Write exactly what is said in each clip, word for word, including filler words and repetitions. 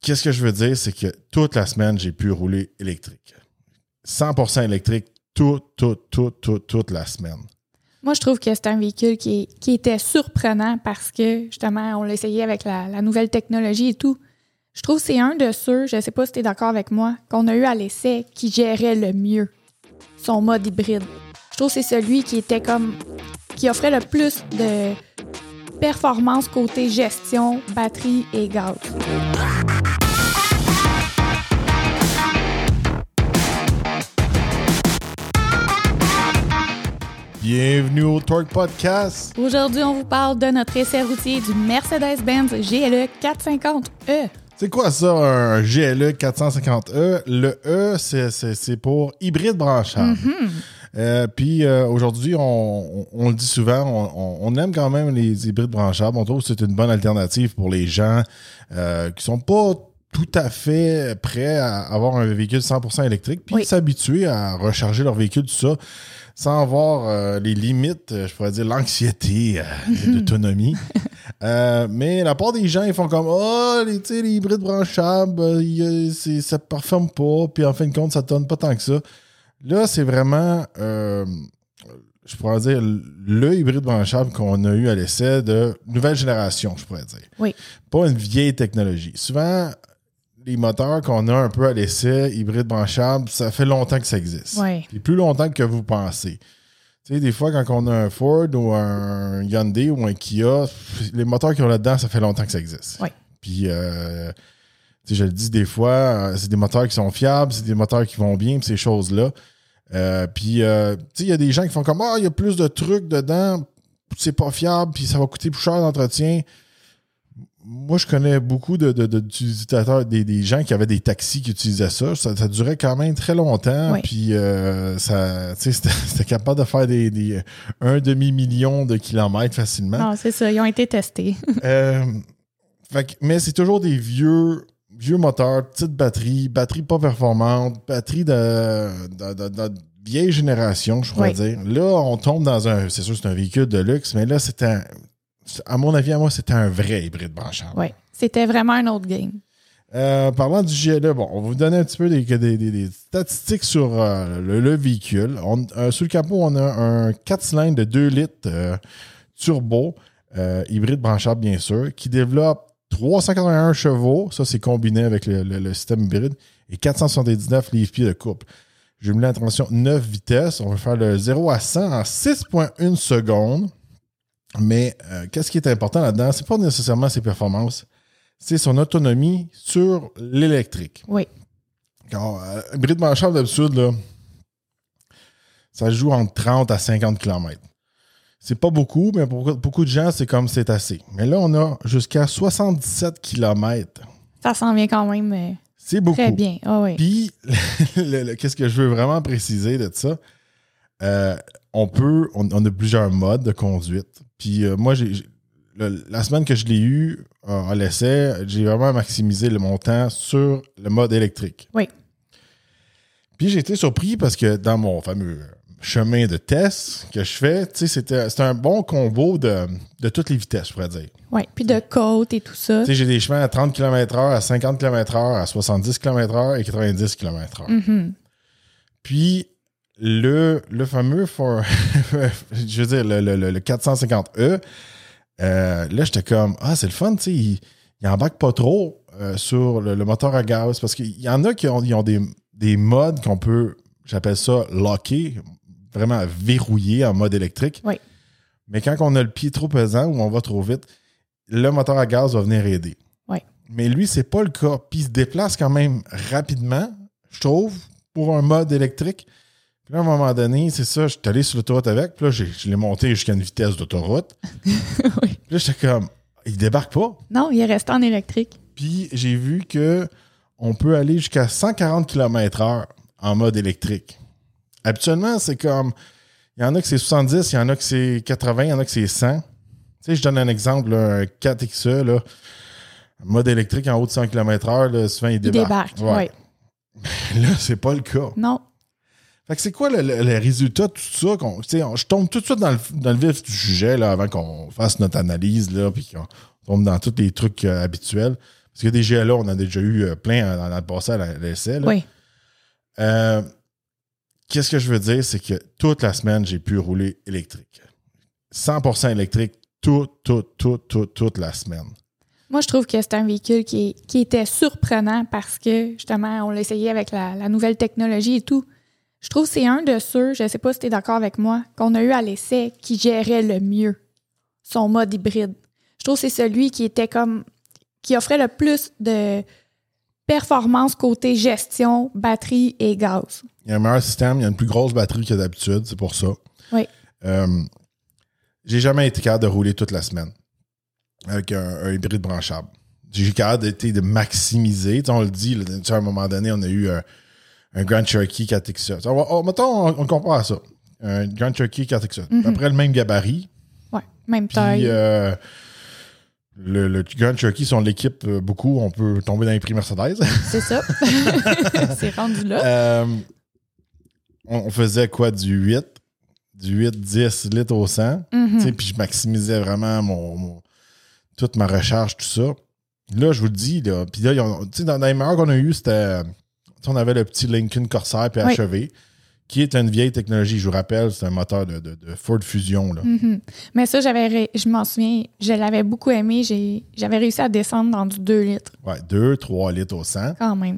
qu'est-ce que je veux dire, c'est que toute la semaine, j'ai pu rouler électrique. cent pour cent électrique, tout, tout, tout, tout, toute la semaine. Moi, je trouve que c'est un véhicule qui, qui était surprenant parce que, justement, on l'a essayé avec la, la nouvelle technologie et tout. Je trouve que c'est un de ceux, je ne sais pas si tu es d'accord avec moi, qu'on a eu à l'essai qui gérait le mieux son mode hybride. Je trouve que c'est celui qui était comme... qui offrait le plus de performance côté gestion, batterie et gaz. Bienvenue au Torque Podcast. Aujourd'hui, on vous parle de notre essai routier du Mercedes-Benz G L E quatre cent cinquante E. C'est quoi ça, un G L E quatre cent cinquante E? Le E, c'est, c'est, c'est pour hybride branchable. Mm-hmm. Euh, puis euh, aujourd'hui, on, on, on le dit souvent, on, on aime quand même les hybrides branchables. On trouve que c'est une bonne alternative pour les gens euh, qui sont pas tout à fait prêts à avoir un véhicule cent pour cent électrique, puis oui. s'habituer à recharger leur véhicule, tout ça, sans avoir euh, les limites, je pourrais dire l'anxiété euh, mm-hmm. d'autonomie. euh, mais la part des gens, ils font comme « Ah, oh, les, les hybrides branchables, euh, c'est, ça ne performe pas, puis en fin de compte, ça ne donne pas tant que ça. » Là, c'est vraiment, euh, je pourrais dire, le hybride branchable qu'on a eu à l'essai de nouvelle génération, je pourrais dire. Oui. Pas une vieille technologie. Souvent, les moteurs qu'on a un peu à l'essai, hybride branchable, ça fait longtemps que ça existe. Oui. Puis plus longtemps que vous pensez. Tu sais, des fois, quand on a un Ford ou un Hyundai ou un Kia, les moteurs qu'ils ont là-dedans, ça fait longtemps que ça existe. Oui. Puis, euh, tu sais, je le dis des fois, c'est des moteurs qui sont fiables, c'est des moteurs qui vont bien, puis ces choses-là. Euh, puis, euh, tu sais, il y a des gens qui font comme « Ah, il y a plus de trucs dedans, c'est pas fiable, puis ça va coûter plus cher d'entretien. » Moi, je connais beaucoup de, de, de, d'utilisateurs, des, des gens qui avaient des taxis qui utilisaient ça. Ça, ça durait quand même très longtemps. Oui. Puis, euh, ça, tu sais, c'était, c'était capable de faire des, des un demi-million de kilomètres facilement. Non, c'est ça. Ils ont été testés. euh, fait que, mais c'est toujours des vieux... Vieux moteur, petite batterie, batterie pas performante, batterie de, de, de, de vieille génération, je pourrais oui. dire. Là, on tombe dans un... C'est sûr, c'est un véhicule de luxe, mais là, c'était... Un, à mon avis, à moi, c'était un vrai hybride branchable. Oui, c'était vraiment un autre game. Euh, parlant du G L E, bon, on va vous donner un petit peu des, des, des, des statistiques sur euh, le, le véhicule. On, euh, sur le capot, on a un quatre cylindres de deux litres euh, turbo, euh, hybride branchable, bien sûr, qui développe trois cent quatre-vingt-un chevaux, ça c'est combiné avec le, le, le système hybride, et quatre cent soixante-dix-neuf livres-pieds de couple. J'ai mis l'attention neuf vitesses. On va faire le zéro à cent en six virgule un secondes. Mais euh, qu'est-ce qui est important là-dedans? C'est pas nécessairement ses performances, c'est son autonomie sur l'électrique. Oui. Quand euh, hybride branchable d'habitude, là, ça joue entre trente à cinquante kilomètres. C'est pas beaucoup, mais pour beaucoup de gens, c'est comme c'est assez. Mais là, on a jusqu'à soixante-dix-sept kilomètres. Ça s'en vient quand même euh, c'est beaucoup. Très bien. Oh, oui. Puis, le, le, qu'est-ce que je veux vraiment préciser de ça? Euh, on peut, on, on a plusieurs modes de conduite. Puis euh, moi, j'ai, j'ai, le, la semaine que je l'ai eu euh, à l'essai, j'ai vraiment maximisé le montant sur le mode électrique. Oui. Puis j'ai été surpris parce que dans mon fameux chemin de test que je fais, tu sais, c'était, c'était un bon combo de, de toutes les vitesses, je pourrais dire. Oui, puis de côte et tout ça. Tu sais, j'ai des chemins à trente kilomètres heure, à cinquante kilomètres heure, à soixante-dix kilomètres heure et quatre-vingt-dix kilomètres heure. Mm-hmm. Puis, le, le fameux, for, je veux dire, le, le, le quatre cent cinquante E, euh, là, j'étais comme, ah, c'est le fun, tu sais, il, il embarque pas trop euh, sur le, le moteur à gaz, parce qu'il y en a qui ont, ils ont des, des modes qu'on peut, j'appelle ça locker, vraiment verrouillé en mode électrique. Oui. Mais quand on a le pied trop pesant ou on va trop vite, le moteur à gaz va venir aider. Oui. Mais lui, c'est pas le cas. Puis il se déplace quand même rapidement, je trouve, pour un mode électrique. Puis là, à un moment donné, c'est ça, je suis allé sur l'autoroute avec, puis là, j'ai, je l'ai monté jusqu'à une vitesse d'autoroute. Oui. Puis là, j'étais comme, il débarque pas. Non, il est resté en électrique. Puis j'ai vu que on peut aller jusqu'à cent quarante kilomètres heure en mode électrique. Habituellement, c'est comme, il y en a que c'est soixante-dix, il y en a que c'est quatre-vingts, il y en a que c'est cent. Tu sais, je donne un exemple, là, un quatre X E, là, mode électrique en haut de cent kilomètres heure, là, souvent, il débarque. Il débarque, oui. Ouais. Là, c'est pas le cas. Non. Fait que c'est quoi le, le, le résultat de tout ça? Qu'on, on, je tombe tout de suite dans le, dans le vif du sujet là, avant qu'on fasse notre analyse, là, puis qu'on tombe dans tous les trucs euh, habituels. Parce que des G L A, on en a déjà eu euh, plein dans, dans le passé à l'essai. Là. Oui. Euh, qu'est-ce que je veux dire, c'est que toute la semaine, j'ai pu rouler électrique. cent pour cent électrique, toute, toute, toute, toute, toute la semaine. Moi, je trouve que c'est un véhicule qui, qui était surprenant parce que, justement, on l'a essayé avec la, la nouvelle technologie et tout. Je trouve que c'est un de ceux, je ne sais pas si tu es d'accord avec moi, qu'on a eu à l'essai qui gérait le mieux son mode hybride. Je trouve que c'est celui qui était comme, qui offrait le plus de performance côté gestion, batterie et gaz. Il y a un meilleur système, il y a une plus grosse batterie que d'habitude, c'est pour ça. Oui. Euh, j'ai jamais été capable de rouler toute la semaine avec un, un hybride branchable. J'ai capable d'être, de maximiser. Tu sais, on le dit, là, à un moment donné, on a eu un, un Grand Cherokee quatre X E. On, on, mettons, on, on compare à ça. Un Grand Cherokee quatre X E. Mm-hmm. Après, le même gabarit. Oui, même taille. Puis, euh, le, le Grand Cherokee, si on l'équipe beaucoup, on peut tomber dans les prix Mercedes. C'est ça. C'est rendu là. Euh, on, on faisait quoi, du huit? Du huit dix litres au cent. Mm-hmm. Puis je maximisais vraiment mon, mon, toute ma recharge, tout ça. Là, je vous le dis, là, puis là, ont, dans, dans les meilleurs qu'on a eu, c'était. On avait le petit Lincoln Corsair P H E V, oui. Qui est une vieille technologie, je vous rappelle, c'est un moteur de, de, de Ford Fusion. Là. Mm-hmm. Mais ça, j'avais, je m'en souviens, je l'avais beaucoup aimé. J'ai, j'avais réussi à descendre dans du deux litres. Ouais, deux, trois litres au cent. Quand même.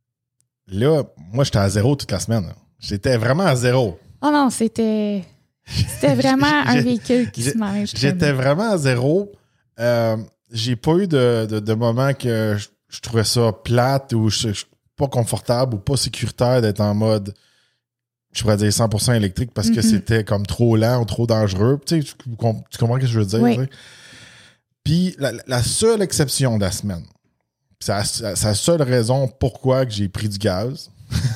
Là, moi, j'étais à zéro toute la semaine. Là. J'étais vraiment à zéro. Oh non, c'était. C'était vraiment un véhicule qui se manage. J'étais vraiment à zéro. Euh, j'ai pas eu de, de, de moment que je, je trouvais ça plate ou je, je pas confortable ou pas sécuritaire d'être en mode, je pourrais dire cent pour cent électrique parce mm-hmm. que c'était comme trop lent ou trop dangereux. Tu sais, tu, tu comprends ce que je veux dire? Oui. Puis la, la seule exception de la semaine, c'est la, c'est la seule raison pourquoi que j'ai pris du gaz.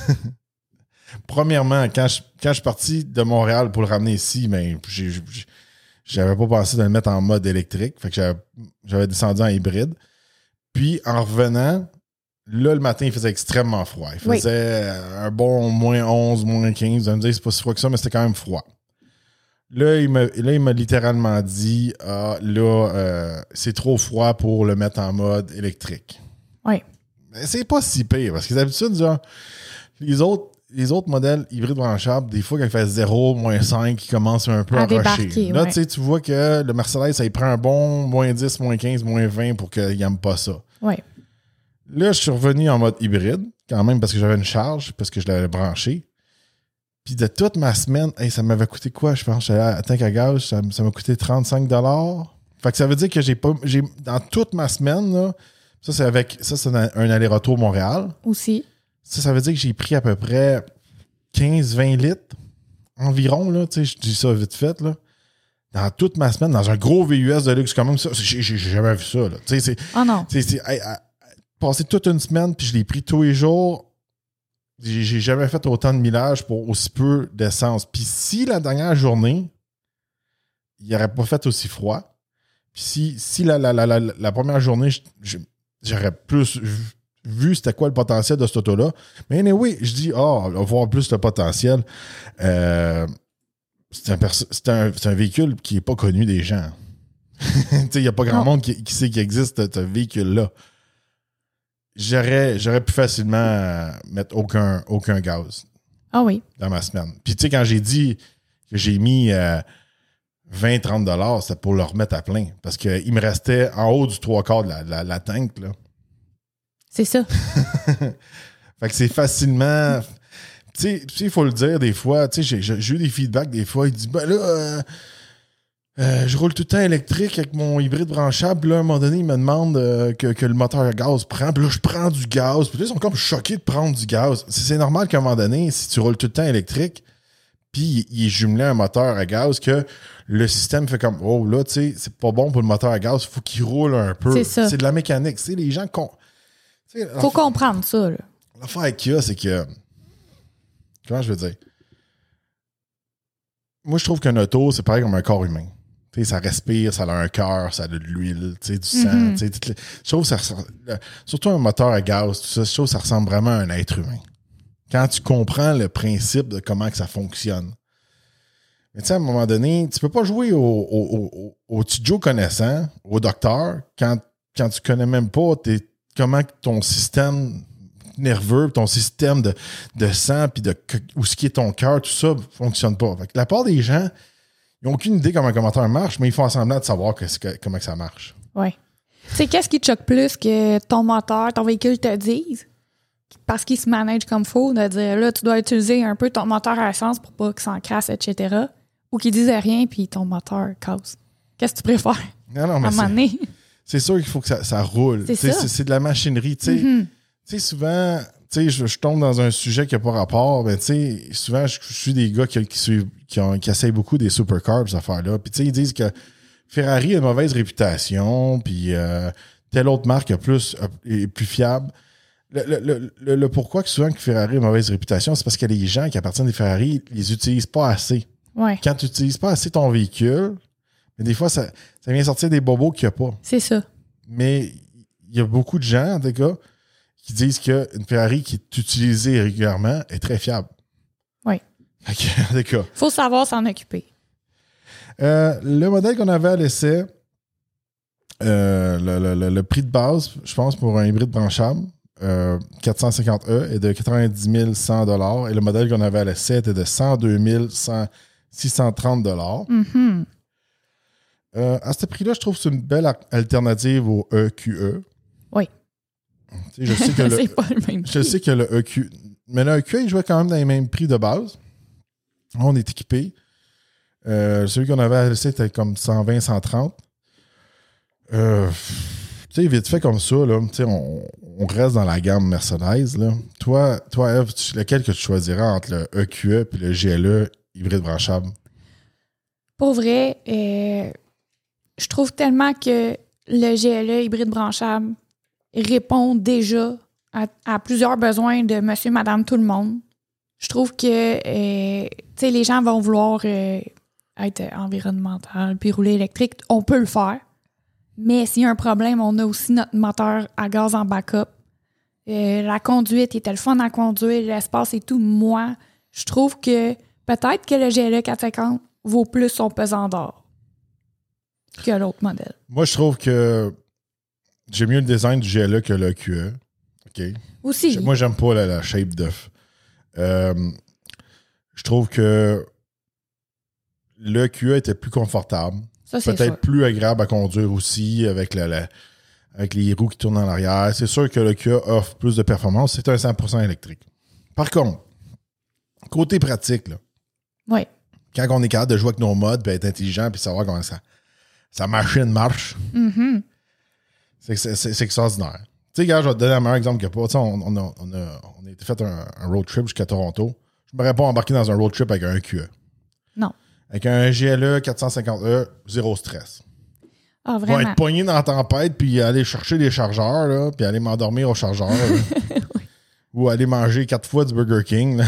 Premièrement, quand je, quand je suis parti de Montréal pour le ramener ici, ben, j'ai, j'ai, j'avais pas pensé de le mettre en mode électrique. Fait que j'avais, j'avais descendu en hybride. Puis, en revenant, là, le matin, il faisait extrêmement froid. Il faisait oui. un bon moins onze, moins quinze. Vous allez me dire, c'est pas si froid que ça, mais c'était quand même froid. Là, il m'a, là, il m'a littéralement dit, ah, là, euh, c'est trop froid pour le mettre en mode électrique. Oui. Mais c'est pas si pire, parce que d'habitude, genre, les autres, les autres modèles hybrides branchables, des fois, quand il fait zéro, moins cinq, ils commencent un peu à, à rusher. Là, ouais. tu vois que le Mercedes, ça il prend un bon moins dix, moins quinze, moins vingt pour qu'il n'aime pas ça. Oui. Là, je suis revenu en mode hybride, quand même, parce que j'avais une charge, parce que je l'avais branché. Puis de toute ma semaine, hey, ça m'avait coûté quoi? Je pense que j'allais à tank à gaz, ça, ça m'a coûté trente-cinq dollars. Fait que ça veut dire que j'ai pas. J'ai, dans toute ma semaine, là, ça, c'est avec. Ça, c'est un, un aller-retour Montréal. Aussi. Ça, ça veut dire que j'ai pris à peu près quinze à vingt litres environ, là. Tu sais, je dis ça vite fait, là. Dans toute ma semaine, dans un gros V U S de luxe comme ça, j'ai, j'ai, j'ai jamais vu ça, là. Tu sais, c'est. Oh non. C'est, c'est, hey, passer toute une semaine, puis je l'ai pris tous les jours. J'ai, j'ai jamais fait autant de millage pour aussi peu d'essence. Puis si la dernière journée, il n'aurait pas fait aussi froid, puis si, si la, la, la, la, la première journée, je, je, j'aurais plus vu, vu c'était quoi le potentiel de cette auto-là. Mais anyway, je dis, ah, oh, on va voir plus le potentiel. Euh, c'est, un perso- c'est, un, c'est un véhicule qui n'est pas connu des gens. Il n'y a pas grand non. monde qui, qui sait qu'il existe ce véhicule-là. J'aurais, j'aurais pu facilement mettre aucun, aucun gaz. Ah oui. Dans ma semaine. Puis tu sais, quand j'ai dit que j'ai mis euh, vingt à trente dollars, c'était pour le remettre à plein. Parce qu'il me restait en haut du trois quarts de la, la, la tank, là. C'est ça. Fait que c'est facilement... Tu sais, il faut le dire des fois, tu sais, j'ai, j'ai eu des feedbacks des fois, il dit, ben là... Euh, Euh, je roule tout le temps électrique avec mon hybride branchable. Puis là, à un moment donné, il me demande euh, que, que le moteur à gaz prend. Puis là, je prends du gaz. Puis là, ils sont comme choqués de prendre du gaz. C'est, c'est normal qu'à un moment donné, si tu roules tout le temps électrique, puis il est jumelé à un moteur à gaz, que le système fait comme, oh là, tu sais, c'est pas bon pour le moteur à gaz. Il faut qu'il roule un peu. C'est ça. C'est de la mécanique. Tu sais, les gens... Con... Faut comprendre ça, là. L'affaire qu'il y a, c'est que... Comment je veux dire? Moi, je trouve qu'un auto, c'est pareil comme un corps humain. T'sais, ça respire, ça a un cœur, ça a de l'huile, du sang. Mm-hmm. Je trouve que ça ressemble, surtout un moteur à gaz, tout ça, je trouve que ça ressemble vraiment à un être humain. Quand tu comprends le principe de comment que ça fonctionne. Mais tu sais, à un moment donné, tu peux pas jouer au, au, au, au petit Joe connaissant, au docteur, quand, quand tu connais même pas tes comment ton système nerveux, ton système de, de sang, puis de où ce qui est ton cœur, tout ça fonctionne pas. Fait que la part des gens, ils n'ont aucune idée comment un moteur marche, mais ils font semblant de savoir que, que, comment que ça marche. Oui. Tu sais, qu'est-ce qui te choque plus que ton moteur, ton véhicule te dise? Parce qu'il se manage comme il faut, de dire là, tu dois utiliser un peu ton moteur à essence pour pas qu'il s'en crasse, et cetera. Ou qu'il dise rien, puis ton moteur casse. Qu'est-ce que tu préfères? Non, non, mais à un moment donné? C'est sûr qu'il faut que ça, ça roule. C'est ça. C'est, c'est de la machinerie. Tu sais, mm-hmm. Tu sais, souvent, tu sais, je, je tombe dans un sujet qui n'a pas rapport. Ben, tu sais, souvent, je, je suis des gars qui, qui, suivent, qui, ont, qui essayent beaucoup des supercars, ces affaires-là. Puis, tu sais, ils disent que Ferrari a une mauvaise réputation, puis euh, telle autre marque est plus, est plus fiable. Le, le, le, le pourquoi que souvent que Ferrari a une mauvaise réputation, c'est parce que les gens qui appartiennent des Ferrari, ils les utilisent pas assez. Ouais. Quand tu n'utilises pas assez ton véhicule, mais des fois, ça, ça vient sortir des bobos qu'il n'y a pas. C'est ça. Mais il y a beaucoup de gens, en tout cas, qui disent qu'une Ferrari qui est utilisée régulièrement est très fiable. Oui. En tout cas. Il faut savoir s'en occuper. Euh, le modèle qu'on avait à l'essai, euh, le, le, le prix de base, je pense, pour un hybride branchable, euh, quatre cent cinquante E, est de quatre-vingt-dix mille cent dollars. Et le modèle qu'on avait à l'essai était de cent deux mille six cent trente dollars. Mm-hmm. Euh, à ce prix-là, je trouve que c'est une belle alternative au E Q E. Oui. Je sais que le, c'est pas le même prix. Je sais que le E Q... Mais le E Q, il jouait quand même dans les mêmes prix de base. On est équipé. Euh, celui qu'on avait à l'essai était comme cent vingt, cent trente. Euh, tu sais, vite fait comme ça, là, on, on reste dans la gamme Mercedes. Là. Toi, toi, Eve, lequel que tu choisirais entre le E Q E et le G L E hybride branchable? Pour vrai, euh, je trouve tellement que le G L E hybride branchable répond déjà à, à plusieurs besoins de monsieur, madame, tout le monde. Je trouve que euh, les gens vont vouloir euh, être environnemental puis rouler électrique. On peut le faire. Mais s'il y a un problème, on a aussi notre moteur à gaz en backup. Euh, la conduite, il était le fun à conduire, l'espace et tout. Moi, je trouve que peut-être que le G L E quatre cent cinquante vaut plus son pesant d'or que l'autre modèle. Moi, je trouve que j'ai mieux le design du G L E que le Q E. OK? Aussi. Moi, j'aime pas la, la shape d'œuf. Euh, je trouve que le Q E était plus confortable. Ça, c'est peut-être sûr. plus agréable à conduire aussi avec, la, la, avec les roues qui tournent en arrière. C'est sûr que le Q E offre plus de performance. C'est un cent pour cent électrique. Par contre, côté pratique, là, oui. Quand on est capable de jouer avec nos modes, puis être intelligent, puis savoir comment ça, sa machine marche, Mm-hmm. c'est, c'est, c'est, c'est extraordinaire. Tu sais, gars, je vais te donner un meilleur exemple que pas. Tu sais, on, on, a, on, a, on a été fait un, un road trip jusqu'à Toronto. Je ne m'aurais pas embarqué dans un road trip avec un Q E. Non. Avec un G L E quatre cent cinquante E, zéro stress. Ah, On va vraiment? être pogné dans la tempête, puis aller chercher des chargeurs, là, puis aller m'endormir au chargeur. Oui. Ou aller manger quatre fois du Burger King.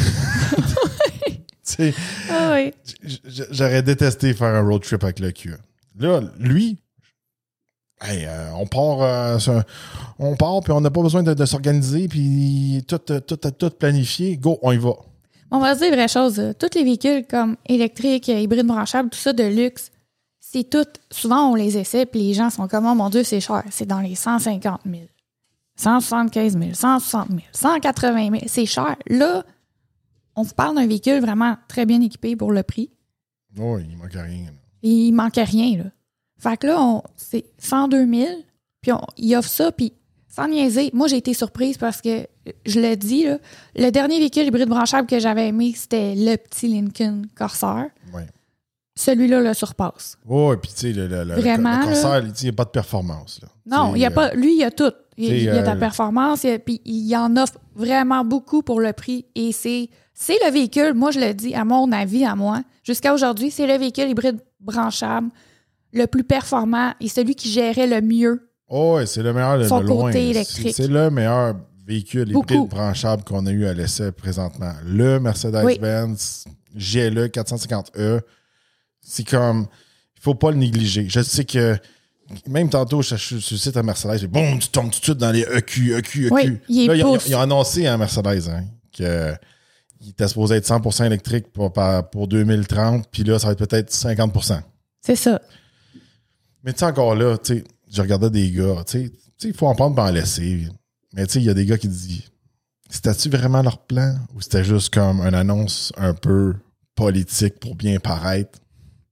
Ah oui. J'aurais détesté faire un road trip avec le Q E. Là, lui, hey, euh, on part, euh, on part, puis on n'a pas besoin de, de s'organiser, puis tout, tout, tout, tout planifié. Go, on y va. On va se dire vraie chose. Tous les véhicules comme électriques, hybrides branchables, tout ça de luxe, c'est tout. Souvent, on les essaie, puis les gens sont comme, oh mon Dieu, c'est cher. C'est dans les cent cinquante mille, cent soixante-quinze mille, cent soixante mille, cent quatre-vingt mille. C'est cher. Là, on vous parle d'un véhicule vraiment très bien équipé pour le prix. Oui, il manque rien. Là. Il manquait rien, là. Fait que là, on, c'est cent deux mille, puis on, il offre ça, puis sans niaiser, moi, j'ai été surprise parce que, je le dis, là, le dernier véhicule hybride branchable que j'avais aimé, c'était le petit Lincoln Corsair. Oui. Celui-là le surpasse. Oui, puis tu sais, le, le, Vraiment, le Corsair, là, il n'y a pas de il là. Non, il y a euh, pas, lui, il y a tout. Il, il y a de la euh, performance, il y a, puis il en offre vraiment beaucoup pour le prix. Et c'est, c'est le véhicule, moi, je le dis, à mon avis, à moi, jusqu'à aujourd'hui, c'est le véhicule hybride branchable le plus performant et celui qui gérait le mieux. Oh, ouais, c'est le meilleur de, son de loin. côté électrique. C'est, c'est le meilleur véhicule Beaucoup. hybride branchable qu'on a eu à l'essai présentement. Le Mercedes-Benz oui. G L E quatre cent cinquante E. C'est comme... Il faut pas le négliger. Je sais que... Même tantôt, je suis sur le site à Mercedes, et boum, tu tombes tout de suite dans les E Q, E Q, E Q. Oui, il est Là, ils, ont, pouf. ils ont annoncé à Mercedes hein, qu'il était supposé être cent pour cent électrique pour, pour deux mille trente, puis là, ça va être peut-être cinquante pour cent. C'est ça. Mais tu sais, encore là, tu sais, je regardais des gars, tu sais, il faut en prendre pour en laisser. Mais tu sais, il y a des gars qui disent, c'était-tu vraiment leur plan ou c'était juste comme une annonce un peu politique pour bien paraître?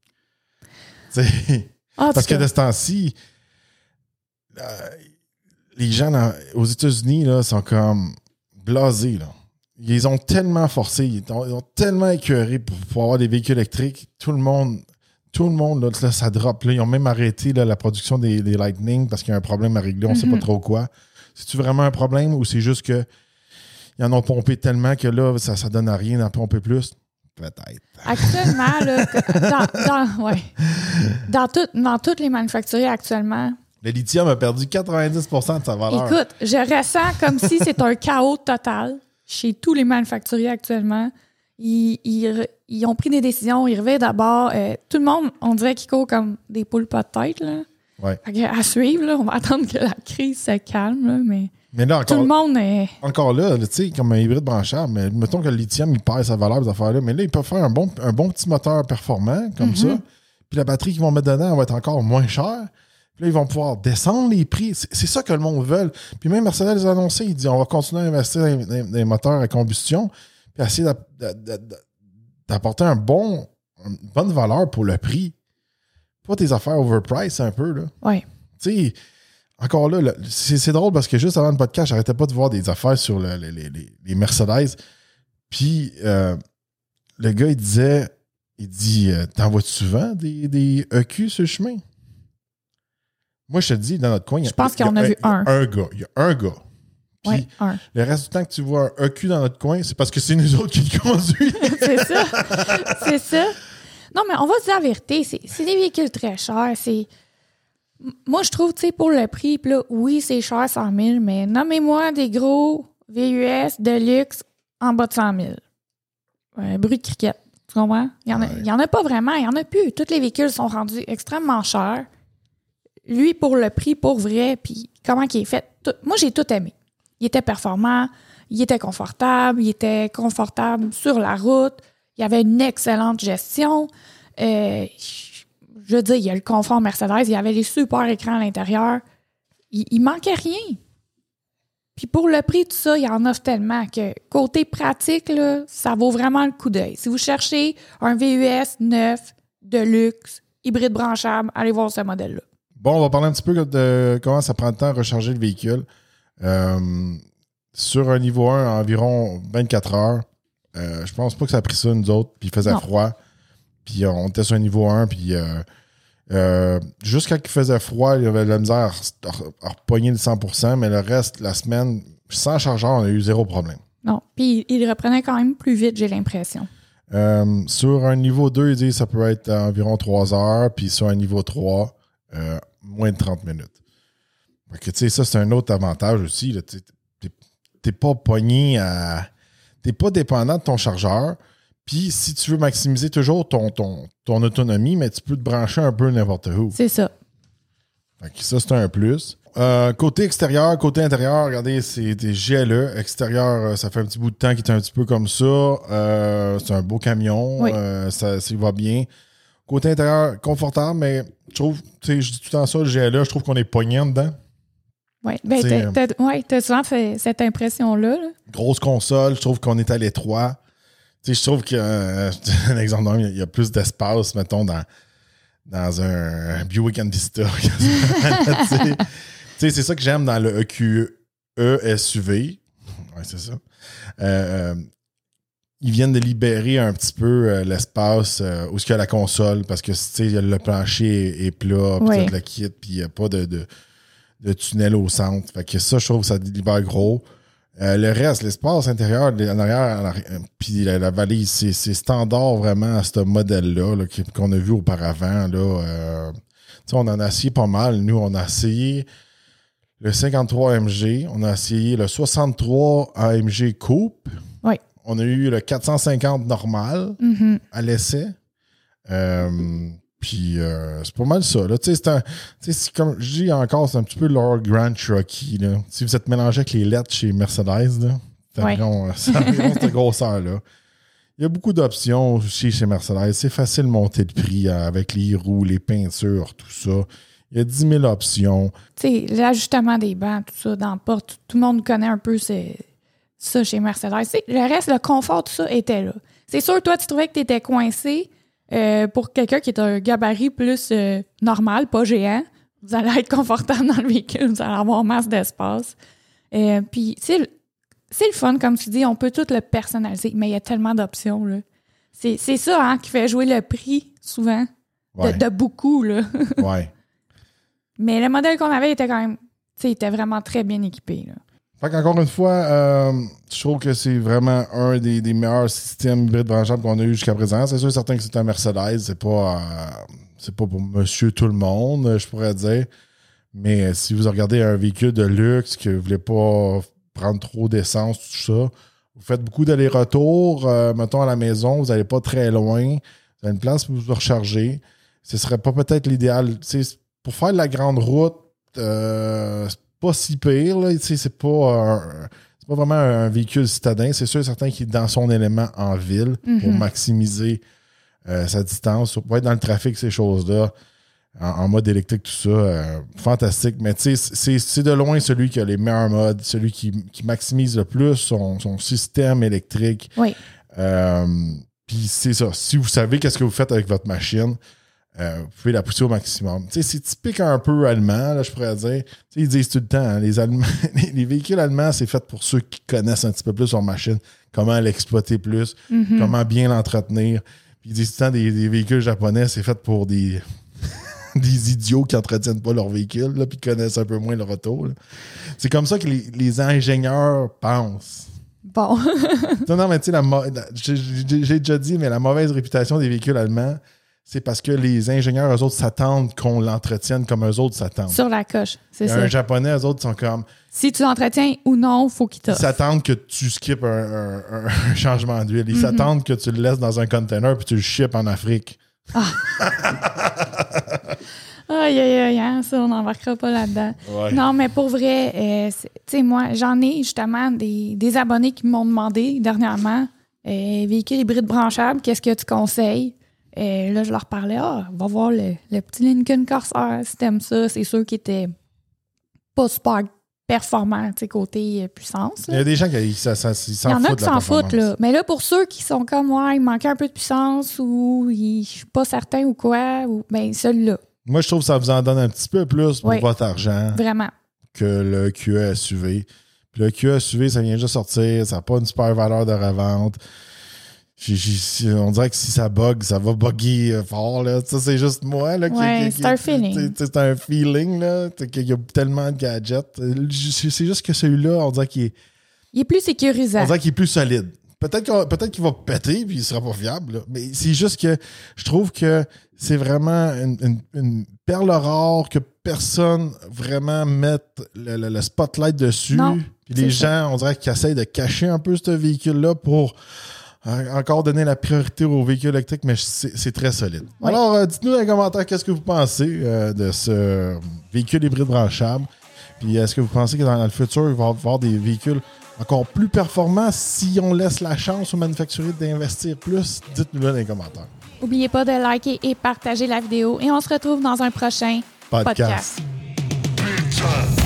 Tu sais, Ah, parce que de ce temps-ci, euh, les gens dans, aux États-Unis là, sont comme blasés. Là. Ils ont tellement forcé, ils ont, ils ont tellement écœuré pour, pour avoir des véhicules électriques. Tout le monde, tout le monde, là, là, ça drop. Là. Ils ont même arrêté là, la production des, des Lightning parce qu'il y a un problème à régler. On ne mm-hmm. sait pas trop quoi. C'est-tu vraiment un problème ou c'est juste que ils en ont pompé tellement que là, ça ne donne à rien d'en pomper plus? Peut-être. Actuellement, là, dans, dans, ouais, dans, tout, dans toutes les manufacturiers actuellement, le lithium a perdu quatre-vingt-dix pour cent de sa valeur. Écoute, je ressens comme si c'est un chaos total chez tous les manufacturiers actuellement. Ils, ils, ils ont pris des décisions, ils reviennent d'abord. Euh, tout le monde, on dirait qu'ils courent comme des poules pas de tête. Là. Ouais. À suivre, là, on va attendre que la crise se calme, là, mais, mais là, encore, tout le monde est... Encore là, tu sais, comme un hybride branchable, mais mettons que le lithium, il perd sa valeur, ces affaires-là, mais là, ils peuvent faire un bon, un bon petit moteur performant, comme mm-hmm. ça, puis la batterie qu'ils vont mettre dedans va être encore moins chère. Puis là, ils vont pouvoir descendre les prix. C'est, c'est ça que le monde veut. Puis même Mercedes les a annoncé, il dit on va continuer à investir dans les, dans les moteurs à combustion, puis essayer d'apporter un bon, une bonne valeur pour le prix. Pas tes affaires overpriced un peu, là. Oui. Tu sais, encore là, là c'est, c'est drôle parce que juste avant le podcast, j'arrêtais pas de voir des affaires sur le, les, les, les Mercedes. Puis euh, le gars, il disait, il dit, euh, t'en vois-tu souvent des, des E Q sur le chemin? Moi, je te dis, dans notre coin, il y a, je pense y a, qu'on a, a vu un. un gars. Il y a un gars. Oui, un. Le reste du temps que tu vois un E Q dans notre coin, c'est parce que c'est nous autres qui le conduisent. C'est ça. C'est ça. Non, mais on va se dire la vérité. C'est, c'est des véhicules très chers. C'est... Moi, je trouve, tu sais, pour le prix, là, oui, c'est cher, cent mille, mais nommez-moi des gros V U S de luxe en bas de cent mille. Un bruit de cricket. Tu comprends? Il n'y en, ouais. en a pas vraiment. Il n'y en a plus. Tous les véhicules sont rendus extrêmement chers. Lui, pour le prix, pour vrai, puis comment il est fait. Tout, moi, j'ai tout aimé. Il était performant, il était confortable, il était confortable sur la route, il avait une excellente gestion. Euh, je veux dire, il y a le confort Mercedes, il y avait les super écrans à l'intérieur. Il, il manquait rien. Puis pour le prix, tout ça, il y en offre tellement que côté pratique, là, ça vaut vraiment le coup d'œil. Si vous cherchez un V U S neuf, de luxe, hybride branchable, allez voir ce modèle-là. Bon, on va parler un petit peu de comment ça prend le temps à recharger le véhicule. Euh, sur un niveau un, environ vingt-quatre heures. Euh, je pense pas que ça a pris ça, nous autres. Puis il faisait non. froid. Puis on était sur un niveau un. Puis euh, euh, juste quand il faisait froid, il y avait de la misère à, à, à repogner le cent pour cent. Mais le reste, la semaine, sans chargeur, on a eu zéro problème. Non. Puis il reprenait quand même plus vite, j'ai l'impression. Euh, sur un niveau deux, il dit que ça peut être environ trois heures. Puis sur un niveau trois, Euh, moins de trente minutes. Fait que, tu sais, ça, c'est un autre avantage aussi. Là, t'es, t'es pas pogné à... T'es pas dépendant de ton chargeur. Puis, si tu veux maximiser toujours ton, ton, ton autonomie, mais tu peux te brancher un peu n'importe où. C'est ça. Fait que ça, c'est un plus. Euh, côté extérieur, côté intérieur, regardez, c'est des G L E. Extérieur, ça fait un petit bout de temps qu'il est un petit peu comme ça. Euh, c'est un beau camion. Oui. Euh, ça, ça va bien. Côté intérieur, confortable, mais je trouve, tu sais, je dis tout le temps ça, le G L E, je trouve qu'on est pogné dedans. Oui, ben, t'as, t'as, ouais, t'as souvent fait cette impression-là. Là. Grosse console, je trouve qu'on est à l'étroit. Tu sais, je trouve qu'il y a, euh, un exemple, il y a plus d'espace, mettons, dans, dans un Buick Envista. Tu sais, c'est ça que j'aime dans le E Q E S U V. Oui, c'est ça. Euh, Ils viennent de libérer un petit peu euh, l'espace euh, où il y a la console parce que le plancher est, est plat, puis oui. le kit, puis il n'y a pas de, de, de tunnel au centre. Fait que ça, je trouve que ça libère gros. Euh, le reste, l'espace intérieur, en arrière, puis la, la valise, c'est, c'est standard vraiment à ce modèle-là là, qu'on a vu auparavant. Là, euh, on en a essayé pas mal. Nous, on a essayé le cinquante-trois A M G, on a essayé le soixante-trois A M G Coupe. Oui. On a eu le quatre cent cinquante normal mm-hmm. à l'essai. Euh, Puis euh, c'est pas mal ça. Là. C'est un, c'est comme je dis encore, c'est un petit peu leur Grand Cherokee. Là. Si vous êtes mélangé avec les lettres chez Mercedes, là, c'est ouais. environ, c'est environ cette grosseur-là. Il y a beaucoup d'options aussi chez Mercedes. C'est facile de monter le prix avec les roues, les peintures, tout ça. Il y a dix mille options. Tu sais, l'ajustement des bancs, tout ça, dans la porte, tout, tout le monde connaît un peu c'est, ça chez Mercedes. T'sais, le reste, le confort, tout ça était là. C'est sûr, toi, tu trouvais que tu étais coincé euh, pour quelqu'un qui est un gabarit plus euh, normal, pas géant. Vous allez être confortable dans le véhicule, vous allez avoir masse d'espace. Euh, Puis, c'est, c'est le fun, comme tu dis, on peut tout le personnaliser, mais il y a tellement d'options, là. C'est, c'est ça hein, qui fait jouer le prix, souvent, Ouais. de, de beaucoup, là. Ouais. Mais le modèle qu'on avait était quand même, tu sais, il était vraiment très bien équipé, là. Fait qu'encore une fois, euh, je trouve que c'est vraiment un des, des meilleurs systèmes hybrides branchables qu'on a eu jusqu'à présent. C'est sûr, certain que c'est un Mercedes, c'est pas, euh, c'est pas pour monsieur tout le monde, je pourrais dire. Mais si vous regardez un véhicule de luxe que vous voulez pas prendre trop d'essence, tout ça, vous faites beaucoup d'allers-retours, euh, mettons à la maison, vous n'allez pas très loin, vous avez une place pour vous recharger. Ce serait pas peut-être l'idéal. T'sais, pour faire de la grande route, euh, c'est pas si pire. Là, c'est pas un, c'est pas vraiment un véhicule citadin. C'est sûr et certain qu'il est dans son élément en ville mm-hmm. pour maximiser euh, sa distance, pour être dans le trafic, ces choses-là. En, en mode électrique, tout ça, euh, fantastique. Mais tu sais, c'est, c'est de loin celui qui a les meilleurs modes, celui qui, qui maximise le plus son, son système électrique. Oui. Euh, Puis c'est ça. Si vous savez qu'est-ce que vous faites avec votre machine, euh, vous pouvez la pousser au maximum. Tu sais, c'est typique un peu allemand, là, je pourrais dire. Tu sais, ils disent tout le temps, hein, les, Allemands, les, les véhicules allemands, c'est fait pour ceux qui connaissent un petit peu plus leur machine, comment l'exploiter plus, mm-hmm. comment bien l'entretenir. Puis ils disent tout le temps, des, des véhicules japonais, c'est fait pour des... des idiots qui n'entretiennent pas leur véhicule là, puis connaissent un peu moins leur auto. Là. C'est comme ça que les, les ingénieurs pensent. Bon. non, non, mais tu sais, la, la, j'ai, j'ai déjà dit, mais la mauvaise réputation des véhicules allemands, c'est parce que les ingénieurs, eux autres, s'attendent qu'on l'entretienne comme eux autres s'attendent. Sur la coche, c'est ça. Un japonais, eux autres, sont comme... Si tu l'entretiens ou non, il faut qu'ils t'offrent. Ils s'attendent que tu skippes un, un, un, un changement d'huile. Ils mm-hmm. s'attendent que tu le laisses dans un container puis tu le shippes en Afrique. Ah. Aïe, aïe, aïe, hein, ça, on n'embarquera pas là-dedans. Ouais. Non, mais pour vrai, euh, tu sais, moi, j'en ai justement des, des abonnés qui m'ont demandé dernièrement euh, véhicule hybride branchable, qu'est-ce que tu conseilles? Et là, je leur parlais, ah, va voir le, le petit Lincoln Corsair, si t'aimes ça. C'est sûr qu'il était pas super performant, tu sais, côté euh, puissance. Là. Il y a des gens qui ça, ça, s'en foutent. Il y en a qui s'en foutent, là. Mais là, pour ceux qui sont comme, ouais, il manquait un peu de puissance ou je suis pas certain ou quoi, ou ben celui-là. Moi, je trouve que ça vous en donne un petit peu plus pour oui, votre argent. Vraiment. Que le Q E S U V. Puis le Q E S U V, ça vient juste sortir, ça n'a pas une super valeur de revente. J'ai, j'ai, on dirait que si ça bug, ça va bugger fort. Là. Ça, c'est juste moi. Là, qui, ouais, qui, c'est un qui, feeling. C'est un feeling. Là, qu'il y a tellement de gadgets. C'est juste que celui-là, on dirait qu'il est... Il est plus sécurisant. On dirait qu'il est plus solide. Peut-être, qu'on, peut-être qu'il va péter puis il sera pas fiable. Là. Mais c'est juste que je trouve que c'est vraiment une, une, une perle rare que personne vraiment mette le, le, le spotlight dessus. Non, puis les ça. gens, on dirait qu'ils essayent de cacher un peu ce véhicule-là pour encore donner la priorité aux véhicules électriques, mais c'est, c'est très solide. Oui. Alors, euh, dites-nous dans les commentaires qu'est-ce que vous pensez euh, de ce véhicule hybride branchable. Puis est-ce que vous pensez que dans le futur, il va y avoir des véhicules encore plus performants si on laisse la chance aux manufacturiers d'investir plus? Dites-nous-le dans les commentaires. N'oubliez pas de liker et partager la vidéo et on se retrouve dans un prochain podcast. podcast.